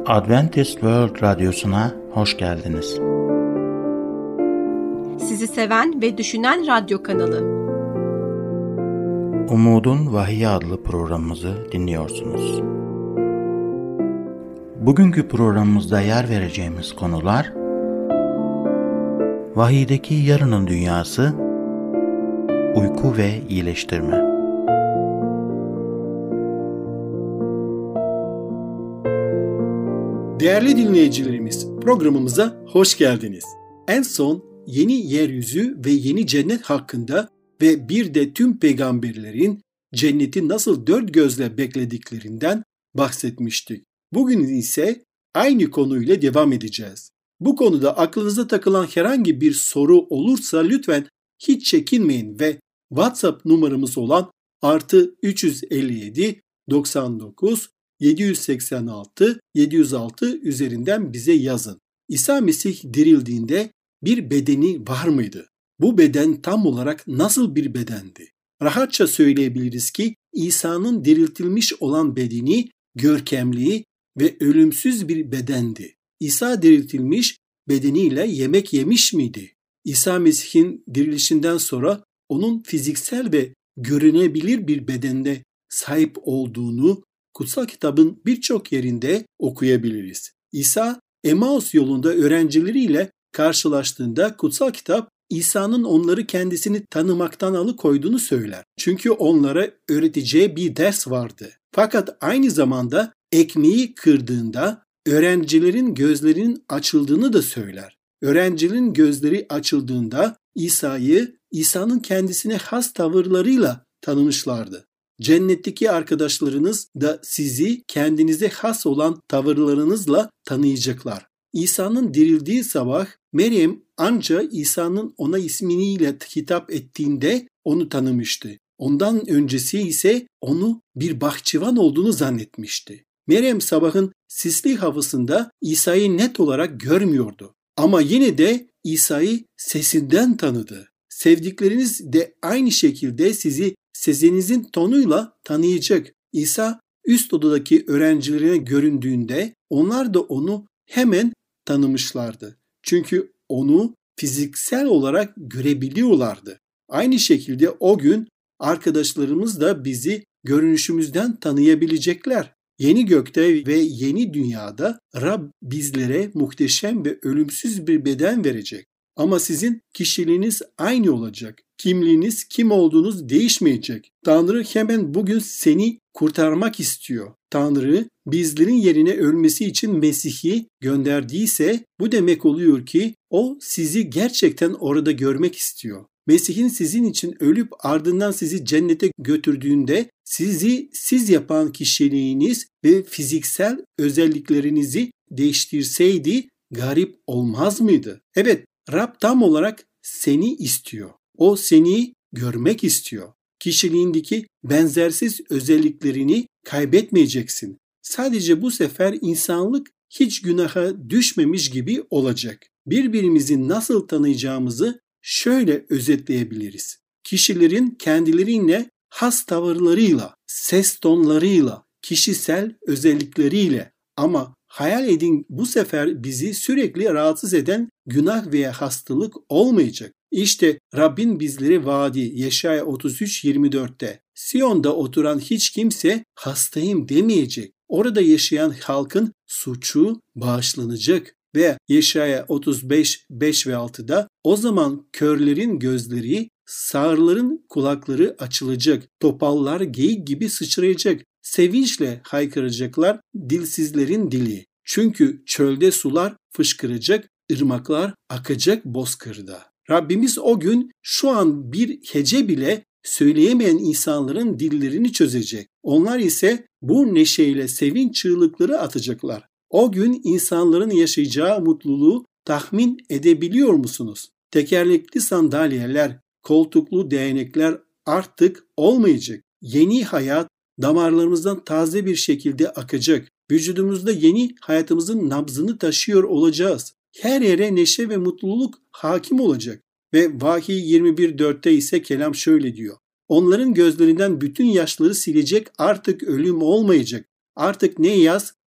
Adventist World Radyosu'na hoş geldiniz. Sizi seven ve düşünen radyo kanalı. Umudun Vahiy adlı programımızı dinliyorsunuz. Bugünkü programımızda yer vereceğimiz konular: Vahiydeki yarının dünyası, uyku ve iyileştirme. Değerli dinleyicilerimiz, programımıza hoş geldiniz. En son yeni yeryüzü ve yeni cennet hakkında ve bir de tüm peygamberlerin cenneti nasıl dört gözle beklediklerinden bahsetmiştik. Bugün ise aynı konuyla devam edeceğiz. Bu konuda aklınıza takılan herhangi bir soru olursa lütfen hiç çekinmeyin ve WhatsApp numaramız olan +357 99 786 706 üzerinden bize yazın. İsa Mesih dirildiğinde bir bedeni var mıydı? Bu beden tam olarak nasıl bir bedendi? Rahatça söyleyebiliriz ki İsa'nın diriltilmiş olan bedeni görkemli ve ölümsüz bir bedendi. İsa diriltilmiş bedeniyle yemek yemiş miydi? İsa Mesih'in dirilişinden sonra onun fiziksel ve görünebilir bir bedende sahip olduğunu Kutsal Kitabın birçok yerinde okuyabiliriz. İsa, Emaus yolunda öğrencileriyle karşılaştığında Kutsal Kitap, İsa'nın onları kendisini tanımaktan alıkoyduğunu söyler. Çünkü onlara öğreteceği bir ders vardı. Fakat aynı zamanda ekmeği kırdığında öğrencilerin gözlerinin açıldığını da söyler. Öğrencilerin gözleri açıldığında İsa'nın kendisine has tavırlarıyla tanımışlardı. Cennetteki arkadaşlarınız da sizi kendinize has olan tavırlarınızla tanıyacaklar. İsa'nın dirildiği sabah Meryem anca İsa'nın ona ismiyle hitap ettiğinde onu tanımıştı. Ondan öncesi ise onu bir bahçıvan olduğunu zannetmişti. Meryem sabahın sisli havasında İsa'yı net olarak görmüyordu. Ama yine de İsa'yı sesinden tanıdı. Sevdikleriniz de aynı şekilde sizi sesinizin tonuyla tanıyacak. İsa üst odadaki öğrencilerine göründüğünde onlar da onu hemen tanımışlardı. Çünkü onu fiziksel olarak görebiliyorlardı. Aynı şekilde o gün arkadaşlarımız da bizi görünüşümüzden tanıyabilecekler. Yeni gökte ve yeni dünyada Rab bizlere muhteşem ve ölümsüz bir beden verecek. Ama sizin kişiliğiniz aynı olacak. Kimliğiniz, kim olduğunuz değişmeyecek. Tanrı hemen bugün seni kurtarmak istiyor. Tanrı bizlerin yerine ölmesi için Mesih'i gönderdiyse bu demek oluyor ki o sizi gerçekten orada görmek istiyor. Mesih'in sizin için ölüp ardından sizi cennete götürdüğünde sizi siz yapan kişiliğiniz ve fiziksel özelliklerinizi değiştirseydi garip olmaz mıydı? Evet, Rab tam olarak seni istiyor. O seni görmek istiyor. Kişiliğindeki benzersiz özelliklerini kaybetmeyeceksin. Sadece bu sefer insanlık hiç günaha düşmemiş gibi olacak. Birbirimizi nasıl tanıyacağımızı şöyle özetleyebiliriz. Kişilerin kendilerine has tavırlarıyla, ses tonlarıyla, kişisel özellikleriyle ama hayal edin bu sefer bizi sürekli rahatsız eden günah veya hastalık olmayacak. İşte Rabbin bizlere vaadi Yeşaya 33:24'te Siyon'da oturan hiç kimse hastayım demeyecek. Orada yaşayan halkın suçu bağışlanacak. Ve Yeşaya 35:5 ve 6'da o zaman körlerin gözleri, sağırların kulakları açılacak, topallar geyik gibi sıçrayacak, sevinçle haykıracaklar dilsizlerin dili. Çünkü çölde sular fışkıracak, ırmaklar akacak bozkırda. Rabbimiz o gün şu an bir hece bile söyleyemeyen insanların dillerini çözecek. Onlar ise bu neşeyle sevinç çığlıkları atacaklar. O gün insanların yaşayacağı mutluluğu tahmin edebiliyor musunuz? Tekerlekli sandalyeler, koltuklu değnekler artık olmayacak. Yeni hayat damarlarımızdan taze bir şekilde akacak. Vücudumuzda yeni hayatımızın nabzını taşıyor olacağız. Her yere neşe ve mutluluk hakim olacak. Ve Vahiy 21:4'te ise kelam şöyle diyor. Onların gözlerinden bütün yaşları silecek, artık ölüm olmayacak. Artık ne yaz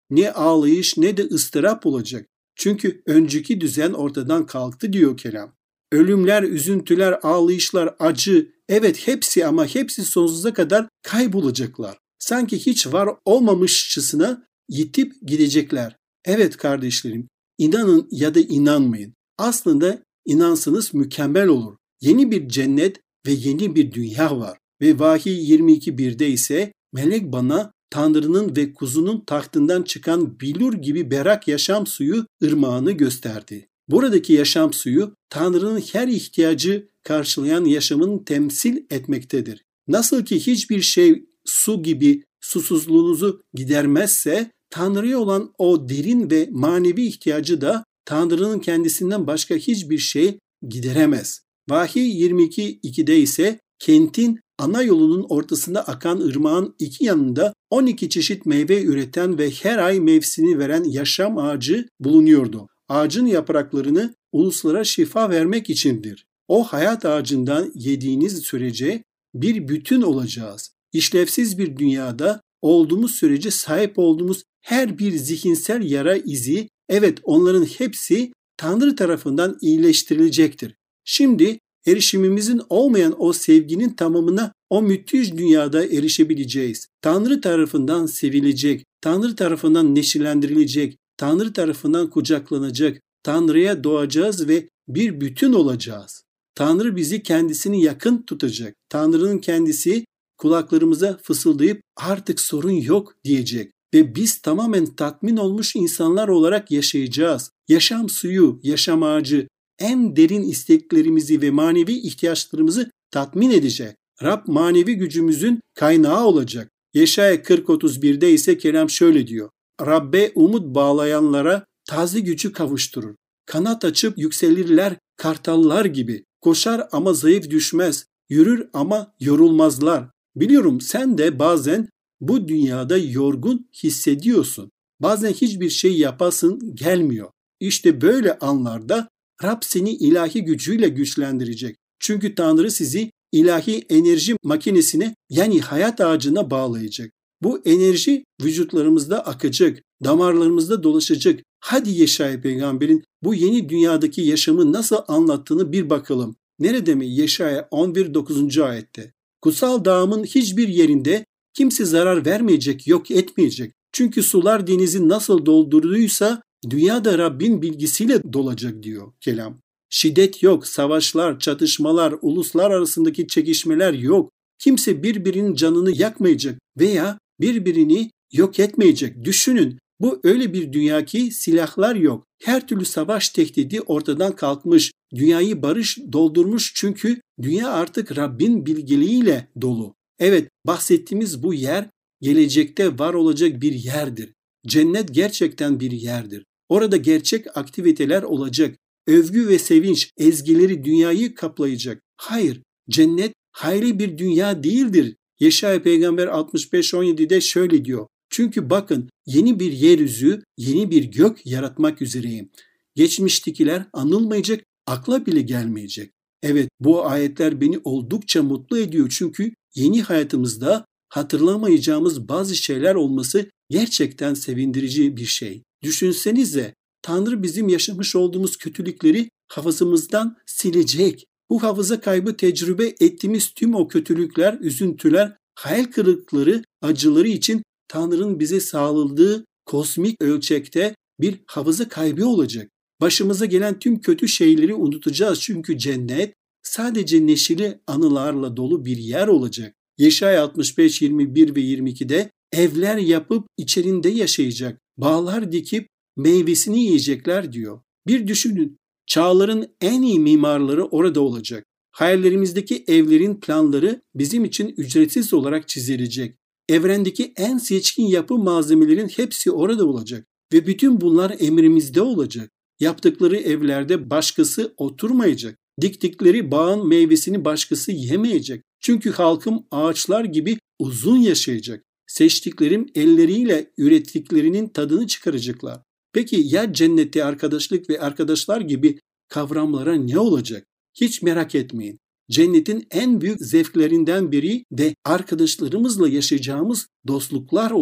Ne ağlayış ne de ıstırap olacak. Çünkü önceki düzen ortadan kalktı diyor kelam. Ölümler, üzüntüler, ağlayışlar, acı, evet hepsi ama hepsi sonsuza kadar kaybolacaklar. Sanki hiç var olmamışçasına yitip gidecekler. Evet kardeşlerim, inanın ya da inanmayın. Aslında inansanız mükemmel olur. Yeni bir cennet ve yeni bir dünya var. Ve Vahiy 22.1'de ise melek bana Tanrı'nın ve kuzunun tahtından çıkan bilur gibi berrak yaşam suyu ırmağını gösterdi. Buradaki yaşam suyu Tanrı'nın her ihtiyacı karşılayan yaşamın temsil etmektedir. Nasıl ki hiçbir şey su gibi susuzluğunuzu gidermezse Tanrı'ya olan o derin ve manevi ihtiyacı da Tanrı'nın kendisinden başka hiçbir şey gideremez. Vahiy 22.2'de ise kentin ana yolunun ortasında akan ırmağın iki yanında 12 çeşit meyve üreten ve her ay meyvesini veren yaşam ağacı bulunuyordu. Ağacın yapraklarını uluslara şifa vermek içindir. O hayat ağacından yediğiniz sürece bir bütün olacağız. İşlevsiz bir dünyada olduğumuz sürece sahip olduğumuz her bir zihinsel yara izi, evet onların hepsi Tanrı tarafından iyileştirilecektir. Şimdi erişimimizin olmayan o sevginin tamamına o müthiş dünyada erişebileceğiz. Tanrı tarafından sevilecek, Tanrı tarafından neşelendirilecek, Tanrı tarafından kucaklanacak, Tanrı'ya doğacağız ve bir bütün olacağız. Tanrı bizi kendisine yakın tutacak. Tanrı'nın kendisi kulaklarımıza fısıldayıp artık sorun yok diyecek. Ve biz tamamen tatmin olmuş insanlar olarak yaşayacağız. Yaşam suyu, yaşam ağacı en derin isteklerimizi ve manevi ihtiyaçlarımızı tatmin edecek. Rab manevi gücümüzün kaynağı olacak. Yeşaya 40.31'de ise kelam şöyle diyor. Rabbe umut bağlayanlara taze gücü kavuşturur. Kanat açıp yükselirler kartallar gibi. Koşar ama zayıf düşmez. Yürür ama yorulmazlar. Biliyorum sen de bazen bu dünyada yorgun hissediyorsun. Bazen hiçbir şey yapasın gelmiyor. İşte böyle anlarda Rab seni ilahi gücüyle güçlendirecek. Çünkü Tanrı sizi ilahi enerji makinesine yani hayat ağacına bağlayacak. Bu enerji vücutlarımızda akacak, damarlarımızda dolaşacak. Hadi Yeşaya peygamberin bu yeni dünyadaki yaşamı nasıl anlattığını bir bakalım. Nerede mi? Yeşaya 11.9. ayette. Kutsal dağımın hiçbir yerinde kimse zarar vermeyecek, yok etmeyecek. Çünkü sular denizi nasıl doldurduysa dünya da Rabbin bilgisiyle dolacak diyor kelam. Şiddet yok, savaşlar, çatışmalar, uluslar arasındaki çekişmeler yok. Kimse birbirinin canını yakmayacak veya birbirini yok etmeyecek. Düşünün, bu öyle bir dünya ki silahlar yok. Her türlü savaş tehdidi ortadan kalkmış. Dünyayı barış doldurmuş çünkü dünya artık Rabbin bilgeliğiyle dolu. Evet, bahsettiğimiz bu yer gelecekte var olacak bir yerdir. Cennet gerçekten bir yerdir. Orada gerçek aktiviteler olacak. Övgü ve sevinç ezgileri dünyayı kaplayacak. Hayır, cennet hayli bir dünya değildir. Yeşaya peygamber 65.17'de şöyle diyor. Çünkü bakın yeni bir yeryüzü, yeni bir gök yaratmak üzereyim. Geçmiştekiler anılmayacak, akla bile gelmeyecek. Evet, bu ayetler beni oldukça mutlu ediyor çünkü yeni hayatımızda hatırlamayacağımız bazı şeyler olması gerçekten sevindirici bir şey. Düşünsenize, Tanrı bizim yaşamış olduğumuz kötülükleri hafızamızdan silecek. Bu hafıza kaybı tecrübe ettiğimiz tüm o kötülükler, üzüntüler, hayal kırıklıkları, acıları için Tanrı'nın bize sağladığı kozmik ölçekte bir hafıza kaybı olacak. Başımıza gelen tüm kötü şeyleri unutacağız çünkü cennet sadece neşeli anılarla dolu bir yer olacak. Yeşaya 65.21 ve 22'de evler yapıp içerinde yaşayacak, bağlar dikip meyvesini yiyecekler diyor. Bir düşünün, çağların en iyi mimarları orada olacak. Hayallerimizdeki evlerin planları bizim için ücretsiz olarak çizilecek. Evrendeki en seçkin yapı malzemelerin hepsi orada olacak ve bütün bunlar emrimizde olacak. Yaptıkları evlerde başkası oturmayacak. Diktikleri bağın meyvesini başkası yemeyecek. Çünkü halkım ağaçlar gibi uzun yaşayacak. Seçtiklerim elleriyle ürettiklerinin tadını çıkaracaklar. Peki ya cennette arkadaşlık ve arkadaşlar gibi kavramlara ne olacak? Hiç merak etmeyin. Cennetin en büyük zevklerinden biri de arkadaşlarımızla yaşayacağımız dostluklar olacak.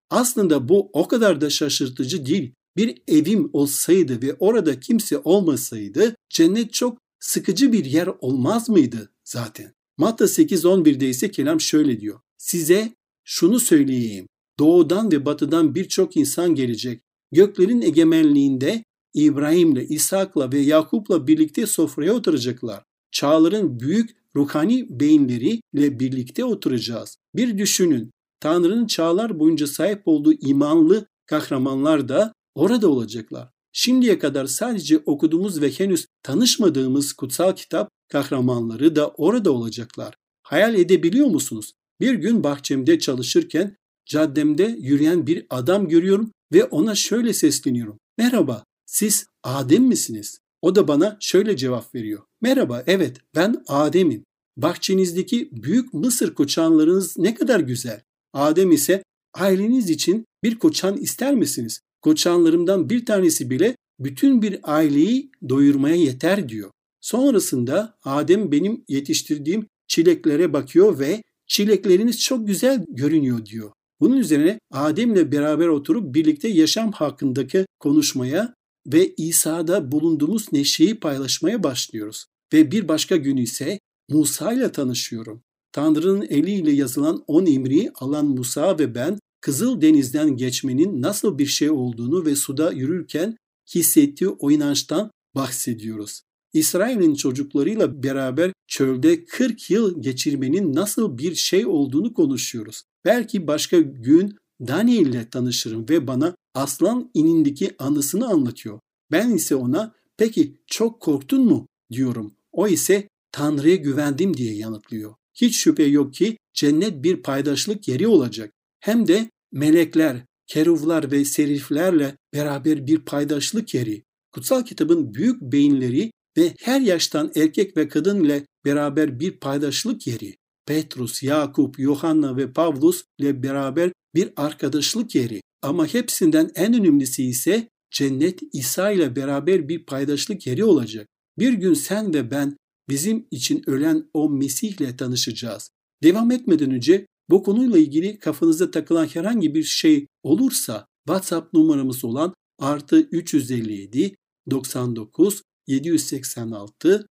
Aslında bu o kadar da şaşırtıcı değil. Bir evim olsaydı ve orada kimse olmasaydı cennet çok sıkıcı bir yer olmaz mıydı zaten? Matta 8:11'de ise kelam şöyle diyor. Size şunu söyleyeyim. Doğudan ve batıdan birçok insan gelecek. Göklerin egemenliğinde İbrahim'le, İshak'la ve Yakup'la birlikte sofraya oturacaklar. Çağların büyük ruhani beyinleriyle birlikte oturacağız. Bir düşünün. Tanrı'nın çağlar boyunca sahip olduğu imanlı kahramanlar da orada olacaklar. Şimdiye kadar sadece okuduğumuz ve henüz tanışmadığımız kutsal kitap kahramanları da orada olacaklar. Hayal edebiliyor musunuz? Bir gün bahçemde çalışırken caddemde yürüyen bir adam görüyorum ve ona şöyle sesleniyorum. Merhaba, siz Adem misiniz? O da bana şöyle cevap veriyor. Merhaba, evet ben Adem'im. Bahçenizdeki büyük mısır koçanlarınız ne kadar güzel. Adem ise aileniz için bir koçan ister misiniz? Koçanlarımdan bir tanesi bile bütün bir aileyi doyurmaya yeter diyor. Sonrasında Adem benim yetiştirdiğim çileklere bakıyor ve çilekleriniz çok güzel görünüyor diyor. Bunun üzerine Adem'le beraber oturup birlikte yaşam hakkındaki konuşmaya ve İsa'da bulunduğumuz neşeyi paylaşmaya başlıyoruz. Ve bir başka gün ise Musa ile tanışıyorum. Tanrı'nın eliyle yazılan 10 emri alan Musa ve ben Kızıl Deniz'den geçmenin nasıl bir şey olduğunu ve suda yürürken hissettiği o inançtan bahsediyoruz. İsrail'in çocuklarıyla beraber çölde 40 yıl geçirmenin nasıl bir şey olduğunu konuşuyoruz. Belki başka gün Daniel ile tanışırım ve bana aslan inindeki anısını anlatıyor. Ben ise ona peki çok korktun mu diyorum. O ise Tanrı'ya güvendim diye yanıtlıyor. Hiç şüphe yok ki cennet bir paydaşlık yeri olacak. Hem de melekler, keruvlar ve seriflerle beraber bir paydaşlık yeri. Kutsal kitabın büyük beyinleri ve her yaştan erkek ve kadın ile beraber bir paydaşlık yeri. Petrus, Yakup, Yohanna ve Pavlus ile beraber bir arkadaşlık yeri. Ama hepsinden en önemlisi ise cennet İsa ile beraber bir paydaşlık yeri olacak. Bir gün sen ve ben bizim için ölen o Mesih ile tanışacağız. Devam etmeden önce bu konuyla ilgili kafanıza takılan herhangi bir şey olursa WhatsApp numaramız olan +357 99 786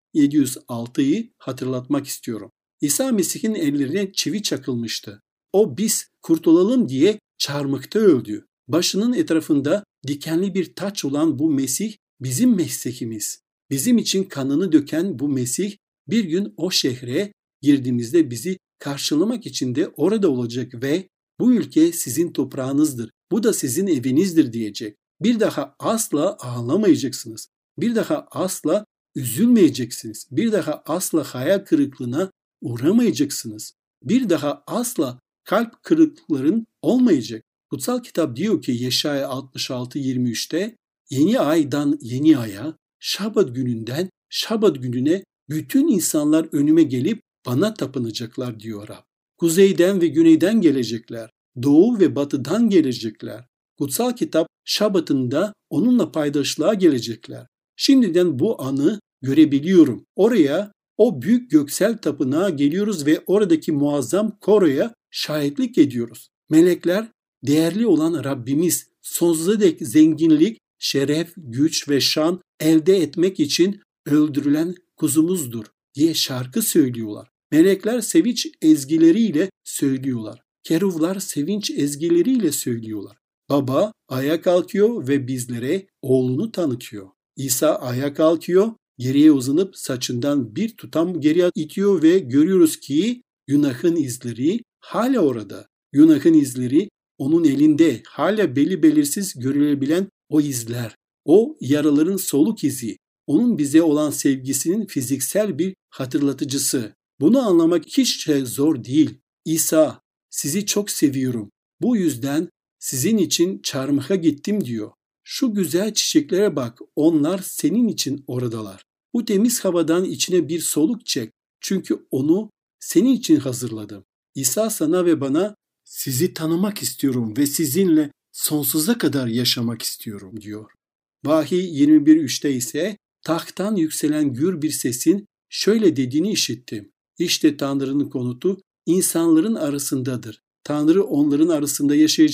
706'yı hatırlatmak istiyorum. İsa Mesih'in ellerine çivi çakılmıştı. O biz kurtulalım diye çarmıkta öldü. Başının etrafında dikenli bir taç olan bu Mesih bizim Mesih'imiz. Bizim için kanını döken bu Mesih bir gün o şehre girdiğimizde bizi karşılamak için de orada olacak ve bu ülke sizin toprağınızdır, bu da sizin evinizdir diyecek. Bir daha asla ağlamayacaksınız. Bir daha asla üzülmeyeceksiniz. Bir daha asla hayal kırıklığına uğramayacaksınız. Bir daha asla kalp kırıklıkların olmayacak. Kutsal kitap diyor ki Yeşaya 66:23'te yeni aydan yeni aya, Şabat gününden Şabat gününe bütün insanlar önüme gelip bana tapınacaklar diyor Rab. Kuzeyden ve güneyden gelecekler. Doğu ve batıdan gelecekler. Kutsal kitap Şabat'ında onunla paydaşlığa gelecekler. Şimdiden bu anı görebiliyorum. Oraya o büyük göksel tapınağa geliyoruz ve oradaki muazzam koroya şahitlik ediyoruz. Melekler değerli olan Rabbimiz sonsuza dek zenginlik, şeref, güç ve şan elde etmek için öldürülen kuzumuzdur diye şarkı söylüyorlar. Melekler sevinç ezgileriyle söylüyorlar. Keruvlar sevinç ezgileriyle söylüyorlar. Baba ayağa kalkıyor ve bizlere oğlunu tanıtıyor. İsa ayağa kalkıyor, geriye uzanıp saçından bir tutam geriye itiyor ve görüyoruz ki günahın izleri hala orada. Günahın izleri onun elinde, hala belli belirsiz görülebilen o izler. O yaraların soluk izi. Onun bize olan sevgisinin fiziksel bir hatırlatıcısı. Bunu anlamak hiç zor değil. İsa, sizi çok seviyorum. Bu yüzden sizin için çarmıha gittim diyor. Şu güzel çiçeklere bak, onlar senin için oradalar. Bu temiz havadan içine bir soluk çek. Çünkü onu senin için hazırladım. İsa sana ve bana sizi tanımak istiyorum ve sizinle sonsuza kadar yaşamak istiyorum diyor. Vahiy 21:3'te ise tahttan yükselen gür bir sesin şöyle dediğini işittim. İşte Tanrı'nın konutu insanların arasındadır. Tanrı onların arasında yaşayacak,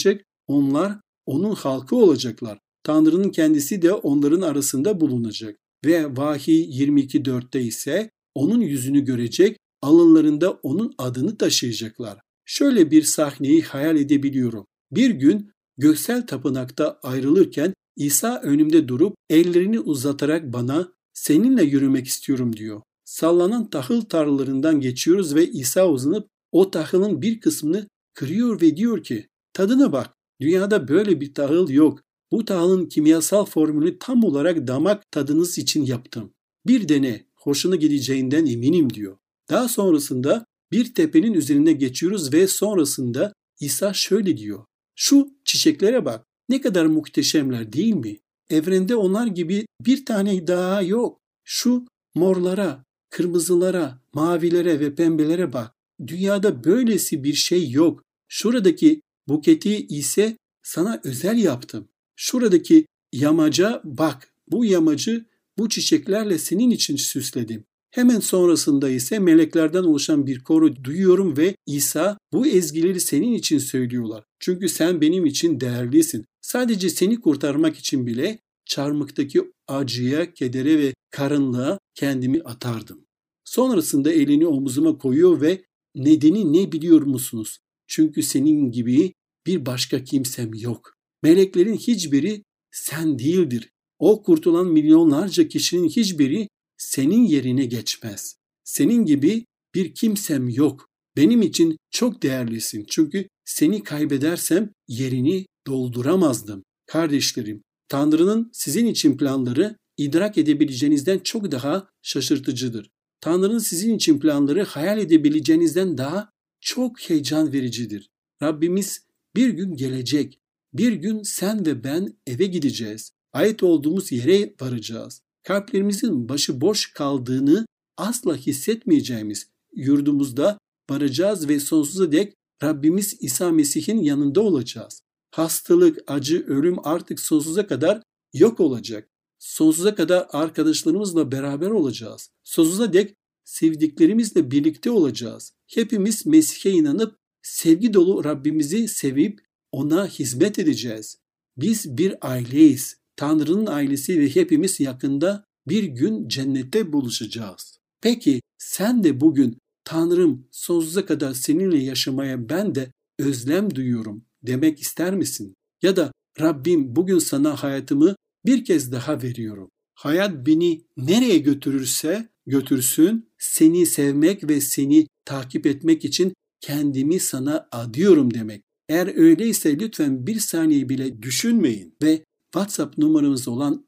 Onlar onun halkı olacaklar. Tanrı'nın kendisi de onların arasında bulunacak. Ve Vahiy 22.4'te ise onun yüzünü görecek, alınlarında onun adını taşıyacaklar. Şöyle bir sahneyi hayal edebiliyorum. Bir gün göksel tapınakta ayrılırken İsa önümde durup ellerini uzatarak bana "Seninle yürümek istiyorum" diyor. Sallanan tahıl tarlalarından geçiyoruz ve İsa uzanıp o tahılın bir kısmını kırıyor ve diyor ki "Tadına bak, dünyada böyle bir tahıl yok. Bu tahılın kimyasal formülü tam olarak damak tadınız için yaptım. Bir dene, hoşuna gideceğinden eminim" diyor. Daha sonrasında bir tepenin üzerine geçiyoruz ve sonrasında İsa şöyle diyor. "Şu çiçeklere bak, ne kadar muhteşemler değil mi? Evrende onlar gibi bir tane daha yok. Şu morlara, kırmızılara, mavilere ve pembelere bak. Dünyada böylesi bir şey yok. Şuradaki buketi ise sana özel yaptım. Şuradaki yamaca bak. Bu yamacı bu çiçeklerle senin için süsledim." Hemen sonrasında ise meleklerden oluşan bir koro duyuyorum ve İsa "Bu ezgileri senin için söylüyorlar. Çünkü sen benim için değerlisin. Sadece seni kurtarmak için bile çarmıktaki acıya, kedere ve karanlığa kendimi atardım." Sonrasında elini omuzuma koyuyor ve "Nedeni ne biliyor musunuz? Çünkü senin gibi bir başka kimsem yok. Meleklerin hiçbiri sen değildir. O kurtulan milyonlarca kişinin hiçbiri senin yerine geçmez. Senin gibi bir kimsem yok. Benim için çok değerlisin. Çünkü seni kaybedersem yerini dolduramazdım." Kardeşlerim, Tanrı'nın sizin için planları idrak edebileceğinizden çok daha şaşırtıcıdır. Tanrı'nın sizin için planları hayal edebileceğinizden daha çok heyecan vericidir. Rabbimiz bir gün gelecek. Bir gün sen ve ben eve gideceğiz. Ait olduğumuz yere varacağız. Kalplerimizin başıboş kaldığını asla hissetmeyeceğimiz yurdumuzda varacağız ve sonsuza dek Rabbimiz İsa Mesih'in yanında olacağız. Hastalık, acı, ölüm artık sonsuza kadar yok olacak. Sonsuza kadar arkadaşlarımızla beraber olacağız. Sonsuza dek sevdiklerimizle birlikte olacağız. Hepimiz Mesih'e inanıp sevgi dolu Rabbimizi sevip ona hizmet edeceğiz. Biz bir aileyiz. Tanrı'nın ailesi ve hepimiz yakında bir gün cennette buluşacağız. Peki sen de bugün "Tanrım, sonsuza kadar seninle yaşamaya ben de özlem duyuyorum" demek ister misin? Ya da "Rabbim, bugün sana hayatımı bir kez daha veriyorum. Hayat beni nereye götürürse götürsün, seni sevmek ve seni takip etmek için kendimi sana adıyorum" demek. Eğer öyleyse lütfen bir saniye bile düşünmeyin ve WhatsApp numaramız olan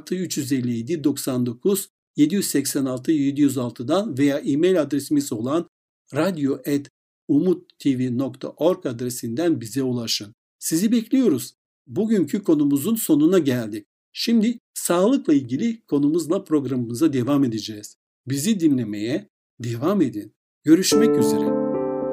+357 99 786 706'dan veya e-mail adresimiz olan radyo@umuttv.org adresinden bize ulaşın. Sizi bekliyoruz. Bugünkü konumuzun sonuna geldik. Şimdi sağlıkla ilgili konumuzla programımıza devam edeceğiz. Bizi dinlemeye devam edin. Görüşmek üzere.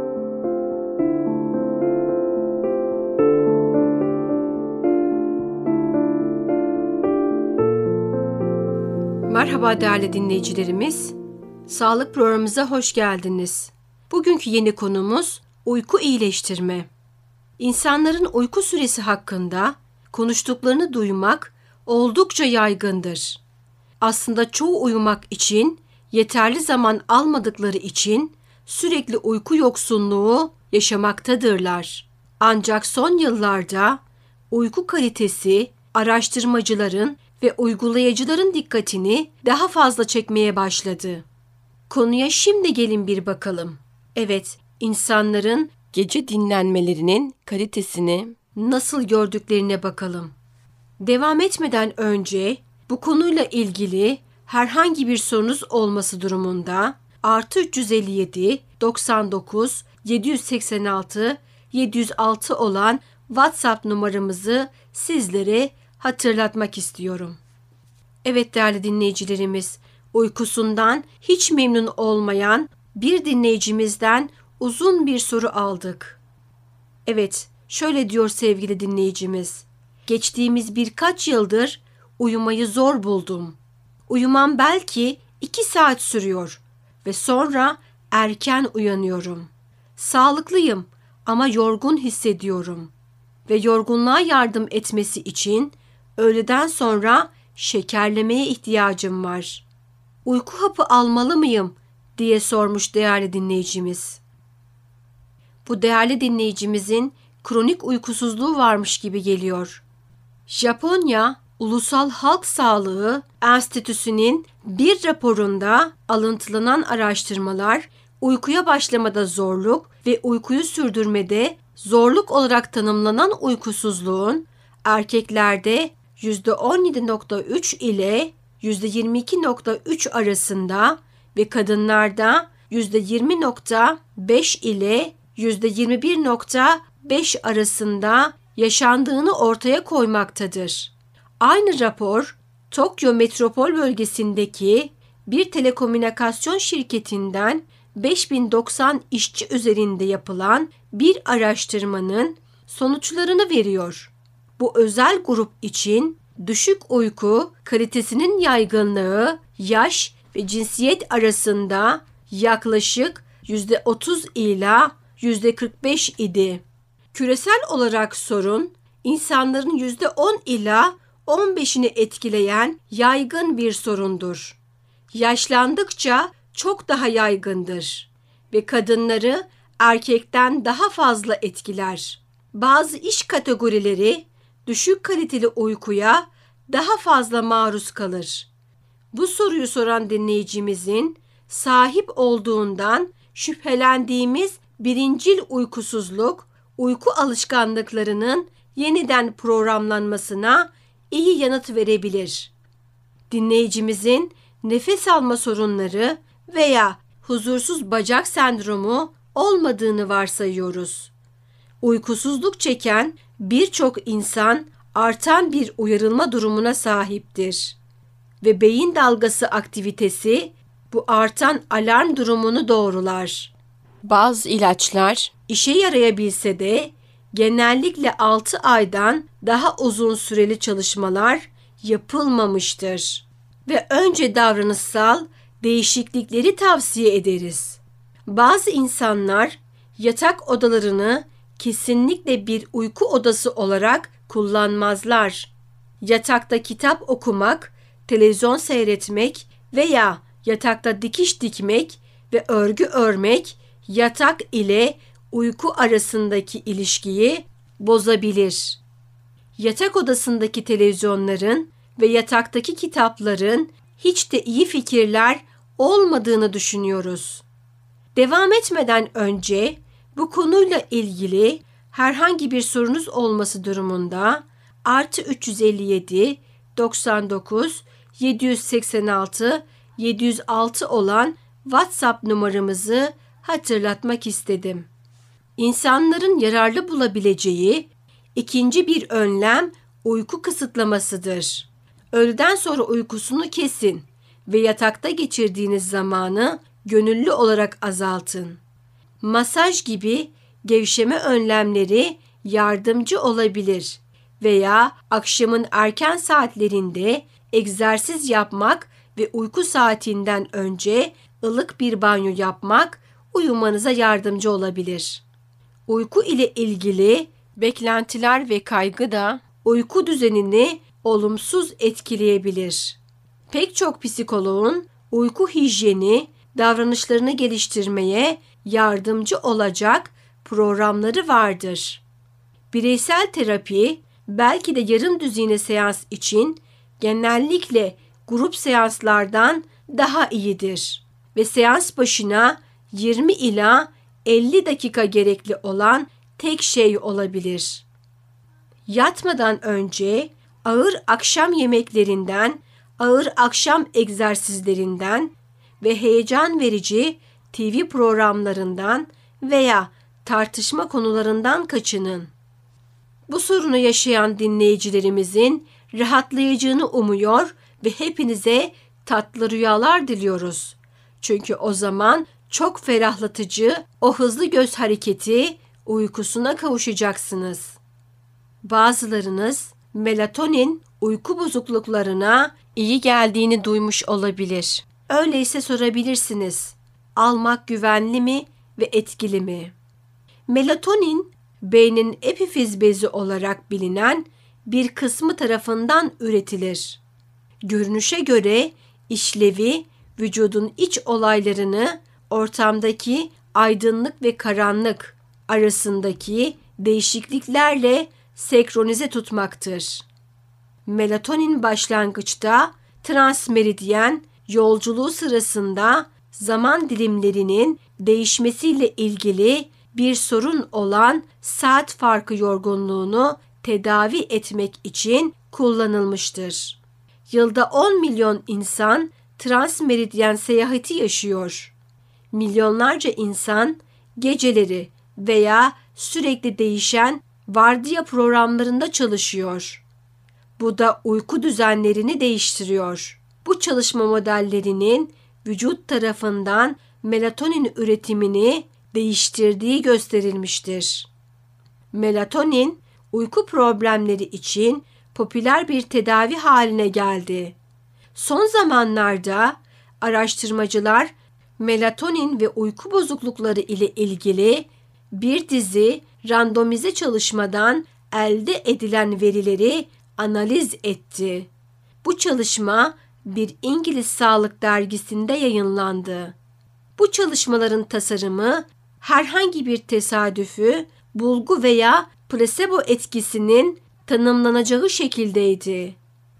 Merhaba değerli dinleyicilerimiz. Sağlık programımıza hoş geldiniz. Bugünkü yeni konumuz uyku iyileştirme. İnsanların uyku süresi hakkında konuştuklarını duymak oldukça yaygındır. Aslında çoğu uyumak için yeterli zaman almadıkları için sürekli uyku yoksunluğu yaşamaktadırlar. Ancak son yıllarda uyku kalitesi araştırmacıların ve uygulayıcıların dikkatini daha fazla çekmeye başladı. Konuya şimdi gelin bir bakalım. Evet, insanların gece dinlenmelerinin kalitesini nasıl gördüklerine bakalım. Devam etmeden önce bu konuyla ilgili herhangi bir sorunuz olması durumunda +357 99 786 706 olan WhatsApp numaramızı sizlere hatırlatmak istiyorum. Evet değerli dinleyicilerimiz, uykusundan hiç memnun olmayan bir dinleyicimizden uzun bir soru aldık. Evet, şöyle diyor sevgili dinleyicimiz. Geçtiğimiz birkaç yıldır uyumayı zor buldum. Uyumam belki 2 saat sürüyor ve sonra erken uyanıyorum. Sağlıklıyım ama yorgun hissediyorum. ve yorgunluğa yardım etmesi için öğleden sonra şekerlemeye ihtiyacım var. Uyku hapı almalı mıyım diye sormuş değerli dinleyicimiz. Bu değerli dinleyicimizin kronik uykusuzluğu varmış gibi geliyor. Japonya Ulusal Halk Sağlığı Enstitüsü'nün bir raporunda alıntılanan araştırmalar uykuya başlamada zorluk ve uykuyu sürdürmede zorluk olarak tanımlanan uykusuzluğun erkeklerde %17.3 ile %22.3 arasında ve kadınlarda %20.5 ile %21.5 arasında yaşandığını ortaya koymaktadır. Aynı rapor, Tokyo metropol bölgesindeki bir telekomünikasyon şirketinden 5090 işçi üzerinde yapılan bir araştırmanın sonuçlarını veriyor. Bu özel grup için düşük uyku kalitesinin yaygınlığı yaş ve cinsiyet arasında yaklaşık %30 ila %45 idi. Küresel olarak sorun, insanların %10 ila 15'ini etkileyen yaygın bir sorundur. Yaşlandıkça çok daha yaygındır ve kadınları erkekten daha fazla etkiler. Bazı iş kategorileri düşük kaliteli uykuya daha fazla maruz kalır. Bu soruyu soran dinleyicimizin sahip olduğundan şüphelendiğimiz birincil uykusuzluk, uyku alışkanlıklarının yeniden programlanmasına iyi yanıt verebilir. Dinleyicimizin nefes alma sorunları veya huzursuz bacak sendromu olmadığını varsayıyoruz. Uykusuzluk çeken birçok insan artan bir uyarılma durumuna sahiptir ve beyin dalgası aktivitesi bu artan alarm durumunu doğrular. Bazı ilaçlar işe yarayabilse de genellikle 6 aydan daha uzun süreli çalışmalar yapılmamıştır ve önce davranışsal değişiklikleri tavsiye ederiz. Bazı insanlar yatak odalarını kesinlikle bir uyku odası olarak kullanmazlar. Yatakta kitap okumak, televizyon seyretmek veya yatakta dikiş dikmek ve örgü örmek yatak ile uyku arasındaki ilişkiyi bozabilir. Yatak odasındaki televizyonların ve yataktaki kitapların hiç de iyi fikirler olmadığını düşünüyoruz. Devam etmeden önce bu konuyla ilgili herhangi bir sorunuz olması durumunda +357 99 786 706 olan WhatsApp numaramızı hatırlatmak istedim. İnsanların yararlı bulabileceği ikinci bir önlem uyku kısıtlamasıdır. Öğleden sonra uykusunu kesin ve yatakta geçirdiğiniz zamanı gönüllü olarak azaltın. Masaj gibi gevşeme önlemleri yardımcı olabilir veya akşamın erken saatlerinde egzersiz yapmak ve uyku saatinden önce ılık bir banyo yapmak uyumanıza yardımcı olabilir. Uyku ile ilgili beklentiler ve kaygı da uyku düzenini olumsuz etkileyebilir. Pek çok psikoloğun uyku hijyeni, davranışlarını geliştirmeye yardımcı olacak programları vardır. Bireysel terapi belki de yarım düzine seans için genellikle grup seanslardan daha iyidir ve seans başına 20 ila 50 dakika gerekli olan tek şey olabilir. Yatmadan önce ağır akşam yemeklerinden, ağır akşam egzersizlerinden ve heyecan verici TV programlarından veya tartışma konularından kaçının. Bu sorunu yaşayan dinleyicilerimizin rahatlayacağını umuyor ve hepinize tatlı rüyalar diliyoruz. Çünkü o zaman çok ferahlatıcı o hızlı göz hareketi uykusuna kavuşacaksınız. Bazılarınız melatonin uyku bozukluklarına iyi geldiğini duymuş olabilir. Öyleyse sorabilirsiniz. Almak güvenli mi ve etkili mi? Melatonin beynin epifiz bezi olarak bilinen bir kısmı tarafından üretilir. Görünüşe göre işlevi vücudun iç olaylarını ortamdaki aydınlık ve karanlık arasındaki değişikliklerle senkronize tutmaktır. Melatonin başlangıçta transmeridyen yolculuğu sırasında zaman dilimlerinin değişmesiyle ilgili bir sorun olan saat farkı yorgunluğunu tedavi etmek için kullanılmıştır. Yılda 10 milyon insan transmeridyen seyahati yaşıyor. Milyonlarca insan geceleri veya sürekli değişen vardiya programlarında çalışıyor. Bu da uyku düzenlerini değiştiriyor. Bu çalışma modellerinin vücut tarafından melatonin üretimini değiştirdiği gösterilmiştir. Melatonin, uyku problemleri için popüler bir tedavi haline geldi. Son zamanlarda araştırmacılar melatonin ve uyku bozuklukları ile ilgili bir dizi randomize çalışmadan elde edilen verileri analiz etti. Bu çalışma bir İngiliz sağlık dergisinde yayınlandı. Bu çalışmaların tasarımı herhangi bir tesadüfü, bulgu veya plasebo etkisinin tanımlanacağı şekildeydi.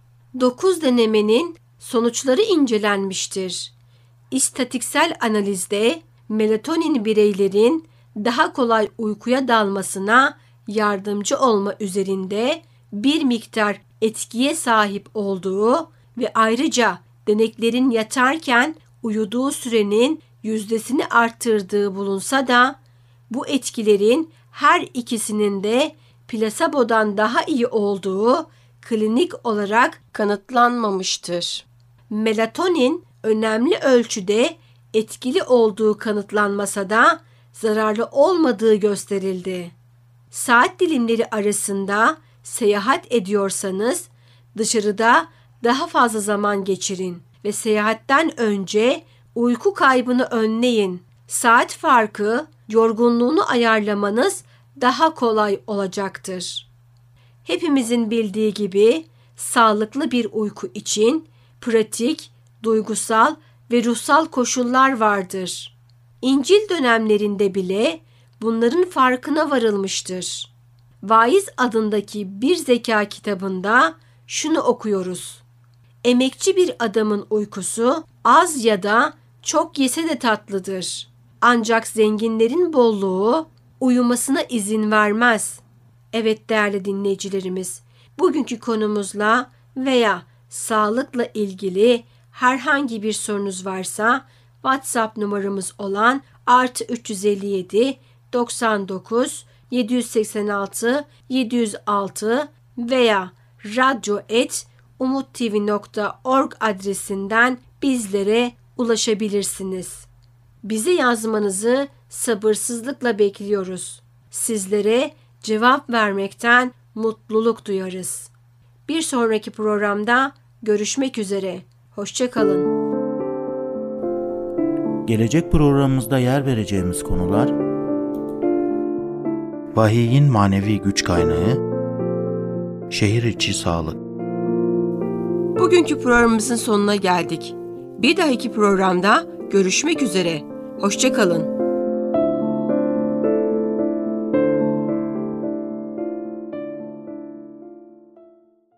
9 denemenin sonuçları incelenmiştir. İstatistiksel analizde melatonin bireylerin daha kolay uykuya dalmasına yardımcı olma üzerinde bir miktar etkiye sahip olduğu ve ayrıca deneklerin yatarken uyuduğu sürenin yüzdesini arttırdığı bulunsa da bu etkilerin her ikisinin de plasebodan daha iyi olduğu klinik olarak kanıtlanmamıştır. Melatonin önemli ölçüde etkili olduğu kanıtlanmasa da zararlı olmadığı gösterildi. Saat dilimleri arasında seyahat ediyorsanız dışarıda daha fazla zaman geçirin ve seyahatten önce uyku kaybını önleyin. Saat farkı yorgunluğunu ayarlamanız daha kolay olacaktır. Hepimizin bildiği gibi sağlıklı bir uyku için pratik, duygusal ve ruhsal koşullar vardır. İncil dönemlerinde bile bunların farkına varılmıştır. Vaiz adındaki bir zeka kitabında şunu okuyoruz. Emekçi bir adamın uykusu az ya da çok yese de tatlıdır. Ancak zenginlerin bolluğu uyumasına izin vermez. Evet değerli dinleyicilerimiz, bugünkü konumuzla veya sağlıkla ilgili herhangi bir sorunuz varsa WhatsApp numaramız olan +357 99 786 706 veya radyo@umuttv.org adresinden bizlere ulaşabilirsiniz. Bize yazmanızı sabırsızlıkla bekliyoruz. Sizlere cevap vermekten mutluluk duyarız. Bir sonraki programda görüşmek üzere. Hoşça kalın. Gelecek programımızda yer vereceğimiz konular: vahiyin manevi güç kaynağı, şehir içi sağlık. Bugünkü programımızın sonuna geldik. Bir dahaki programda görüşmek üzere. Hoşça kalın.